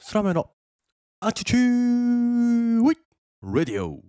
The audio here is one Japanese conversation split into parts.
スラメのアチチューウィラディオ。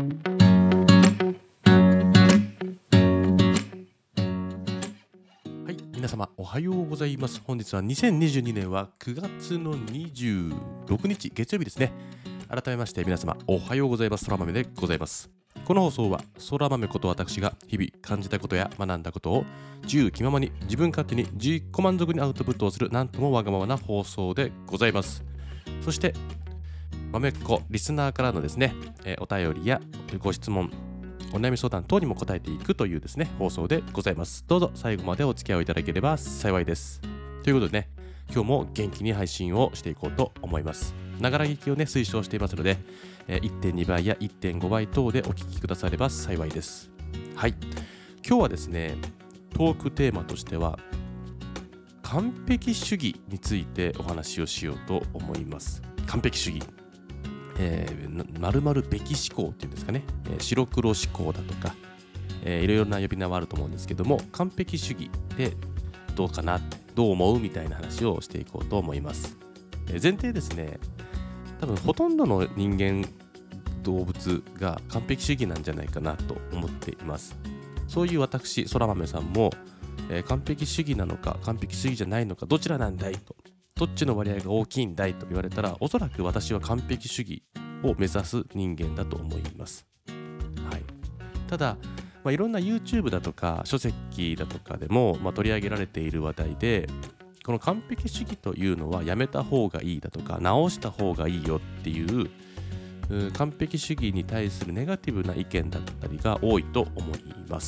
はい、皆様おはようございます。本日は2022年は9月の26日月曜日ですね。改めまして皆様おはようございます。そら豆でございます。この放送はそら豆こと私が日々感じたことや学んだことを自由気ままに自分勝手に自己満足にアウトプットをするなんともわがままな放送でございます。そして豆っ子リスナーからのですね、お便りやご質問、お悩み相談等にも答えていくというですね放送でございます。どうぞ最後までお付き合いをいただければ幸いです。ということでね、今日も元気に配信をしていこうと思います。ながら聞きをね推奨していますので、1.2 倍や 1.5 倍等でお聞きくだされば幸いです。はい、今日はですねトークテーマとしては完璧主義についてお話をしようと思います。完璧主義、〇〇べき思考っていうんですかね、白黒思考だとか、いろいろな呼び名はあると思うんですけども、完璧主義でどうかな、どう思うみたいな話をしていこうと思います。前提ですね、多分ほとんどの人間動物が完璧主義なんじゃないかなと思っています。そういう私そら豆さんも、完璧主義なのか完璧主義じゃないのかどちらなんだいと、どっちの割合が大きいんだいと言われたら、おそらく私は完璧主義を目指す人間だと思います。はい、ただ、いろんな YouTube だとか書籍だとかでも、取り上げられている話題で、この完璧主義というのはやめた方がいいだとか直した方がいいよっていう完璧主義に対するネガティブな意見だったりが多いと思います。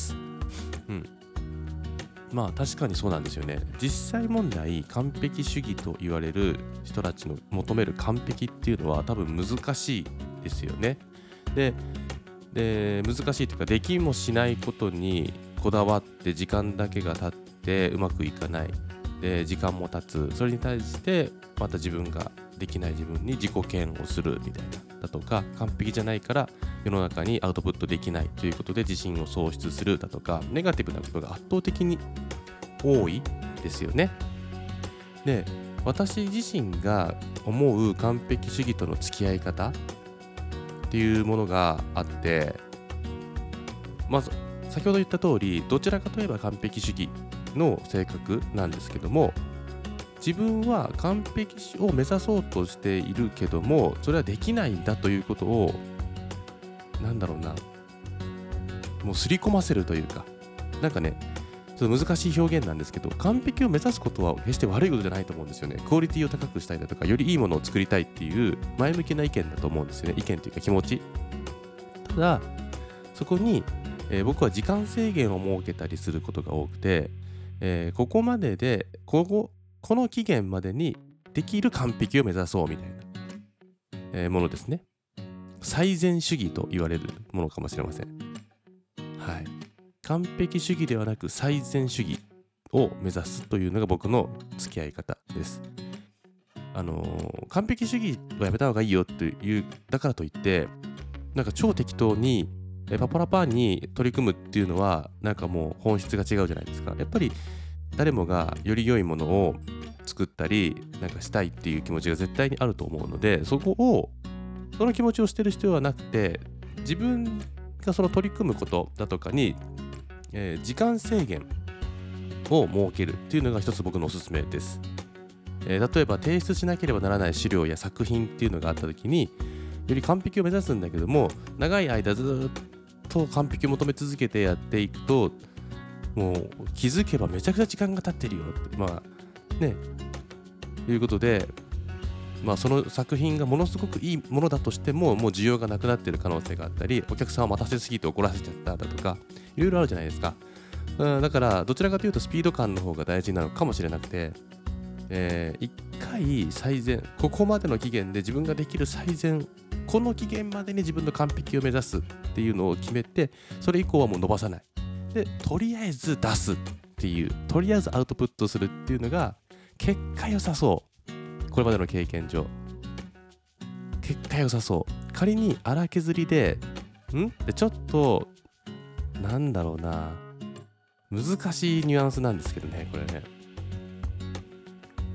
確かにそうなんですよね。実際問題、完璧主義と言われる人たちの求める完璧っていうのは多分難しいですよね。で難しいというか、できもしないことにこだわって時間だけが経ってうまくいかない。で時間も経つ。それに対してまた自分ができない自分に自己嫌悪するみたいなだとか、完璧じゃないから世の中にアウトプットできないということで自信を喪失するだとか、ネガティブなことが圧倒的に多いですよね。で、私自身が思う完璧主義との付き合い方っていうものがあって、まず先ほど言った通り、どちらかといえば完璧主義の性格なんですけども、自分は完璧を目指そうとしているけども、それはできないんだということを、もう刷り込ませるというか、ちょっと難しい表現なんですけど、完璧を目指すことは決して悪いことじゃないと思うんですよね。クオリティを高くしたいだとか、よりいいものを作りたいっていう前向きな意見だと思うんですよね。意見というか気持ち。ただそこに、僕は時間制限を設けたりすることが多くて、ここまででこの期限までにできる完璧を目指そうみたいな、ものですね。最善主義と言われるものかもしれません。はい、完璧主義ではなく最善主義を目指すというのが僕の付き合い方です。完璧主義はやめた方がいいよというだからといって、超適当にパパラパーに取り組むっていうのはもう本質が違うじゃないですか。やっぱり誰もがより良いものを作ったりしたいっていう気持ちが絶対にあると思うので、その気持ちを捨てる必要はなくて、自分がその取り組むことだとかに、時間制限を設けるっていうのが一つ僕のおすすめです。例えば提出しなければならない資料や作品っていうのがあった時に、より完璧を目指すんだけども、長い間ずっと完璧を求め続けてやっていくと、もう気づけばめちゃくちゃ時間が経ってるよっていうことで、その作品がものすごくいいものだとしても、もう需要がなくなっている可能性があったり、お客さんを待たせすぎて怒らせちゃっただとか、いろいろあるじゃないですか。だからどちらかというとスピード感の方が大事なのかもしれなくて、一回最善、ここまでの期限で自分ができる最善、この期限までに自分の完璧を目指すっていうのを決めて、それ以降はもう伸ばさない。で、とりあえず出すっていう、とりあえずアウトプットするっていうのが結果良さそう。これまでの経験上結果良さそう。仮に荒削りでちょっと難しいニュアンスなんですけどね、これね。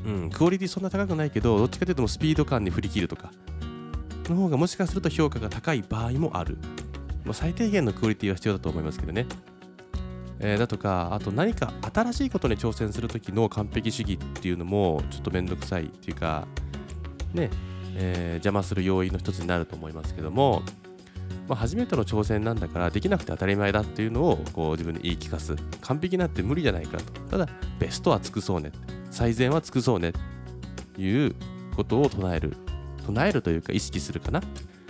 クオリティそんな高くないけど、どっちかというとスピード感に振り切るとかの方がもしかすると評価が高い場合もある。最低限のクオリティは必要だと思いますけどね。だとか、あと何か新しいことに挑戦するときの完璧主義っていうのもちょっとめんどくさいっていうかね、邪魔する要因の一つになると思いますけども、初めての挑戦なんだからできなくて当たり前だっていうのをこう自分に言い聞かす。完璧なんて無理じゃないかと。ただベストは尽くそうね、最善は尽くそうねっていうことを唱えるというか意識するかな、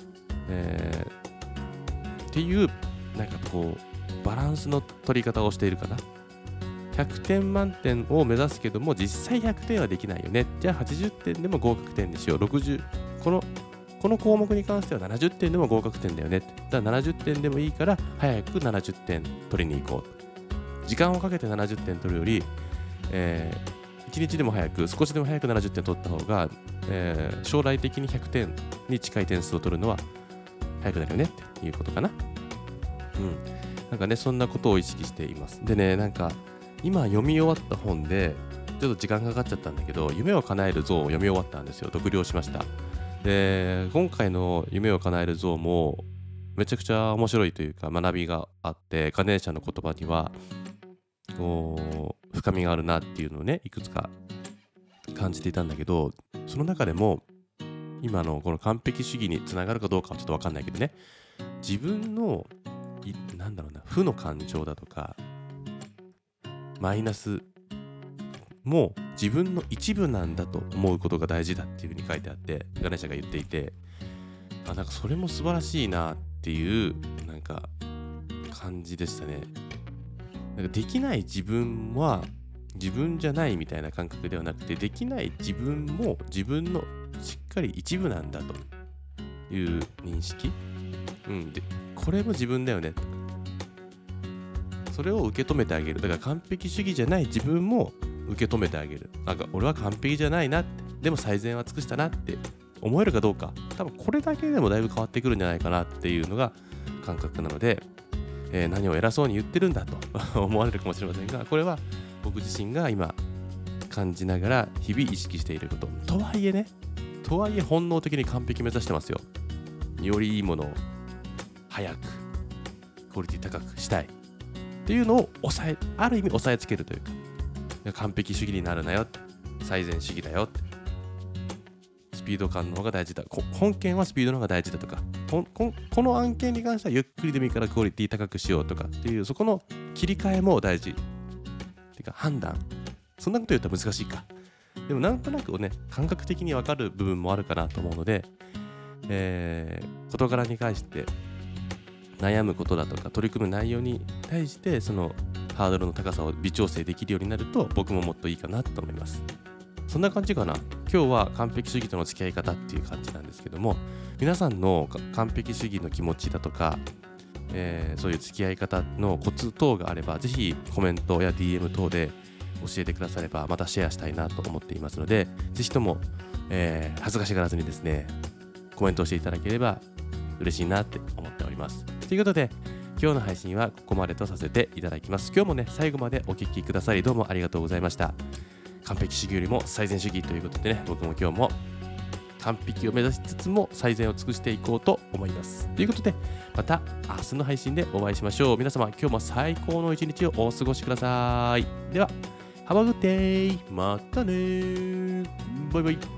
っていうなんかこうバランスの取り方をしているかな。100点満点を目指すけども実際100点はできないよね。じゃあ80点でも合格点にしよう。60この項目に関しては70点でも合格点だよね。だから70点でもいいから早く70点取りに行こう。時間をかけて70点取るより、1日でも早く少しでも早く70点取った方が、将来的に100点に近い点数を取るのは早くなるよねっていうことかな。なんかね、そんなことを意識しています。でね、なんか今読み終わった本でちょっと時間がかかっちゃったんだけど、夢を叶える像を読み終わったんですよ。読了しました。で、今回の夢を叶える像もめちゃくちゃ面白いというか学びがあって、ガネーシャの言葉にはこう深みがあるなっていうのをね、いくつか感じていたんだけど、その中でも今のこの完璧主義につながるかどうかはちょっと分かんないけどね、自分の負の感情だとかマイナスも自分の一部なんだと思うことが大事だっていうふうに書いてあって、ガネーシャが言っていて、なんかそれも素晴らしいなっていうなんか感じでしたね。なんかできない自分は自分じゃないみたいな感覚ではなくて、できない自分も自分のしっかり一部なんだという認識、でこれも自分だよね、それを受け止めてあげる。だから完璧主義じゃない自分も受け止めてあげる。なんか俺は完璧じゃないなって、でも最善は尽くしたなって思えるかどうか、多分これだけでもだいぶ変わってくるんじゃないかなっていうのが感覚なので、何を偉そうに言ってるんだと思われるかもしれませんが、これは僕自身が今感じながら日々意識していること。とはいえ本能的に完璧目指してますよ。よりいいものを早くクオリティ高くしたいっていうのをある意味抑えつけるというか、完璧主義になるなよって、最善主義だよって、スピード感の方が大事だ、本件はスピードの方が大事だとか、この案件に関してはゆっくりでもいいからクオリティ高くしようとかっていう、そこの切り替えも大事っていうか、判断、そんなこと言ったら難しいか。でもなんとなくね、感覚的に分かる部分もあるかなと思うので、事柄に関して悩むことだとか取り組む内容に対してそのハードルの高さを微調整できるようになると、僕ももっといいかなと思います。そんな感じかな。今日は完璧主義との付き合い方っていう感じなんですけども、皆さんの完璧主義の気持ちだとか、そういう付き合い方のコツ等があれば、ぜひコメントや DM 等で教えてくださればまたシェアしたいなと思っていますので、ぜひとも、恥ずかしがらずにですね、コメントをしていただければ嬉しいなって思っております。ということで今日の配信はここまでとさせていただきます。今日もね、最後までお聞きくださりどうもありがとうございました。完璧主義よりも最善主義ということでね、僕も今日も完璧を目指しつつも最善を尽くしていこうと思います。ということでまた明日の配信でお会いしましょう。皆様今日も最高の一日をお過ごしください。ではHave a good day。またね。バイバイ。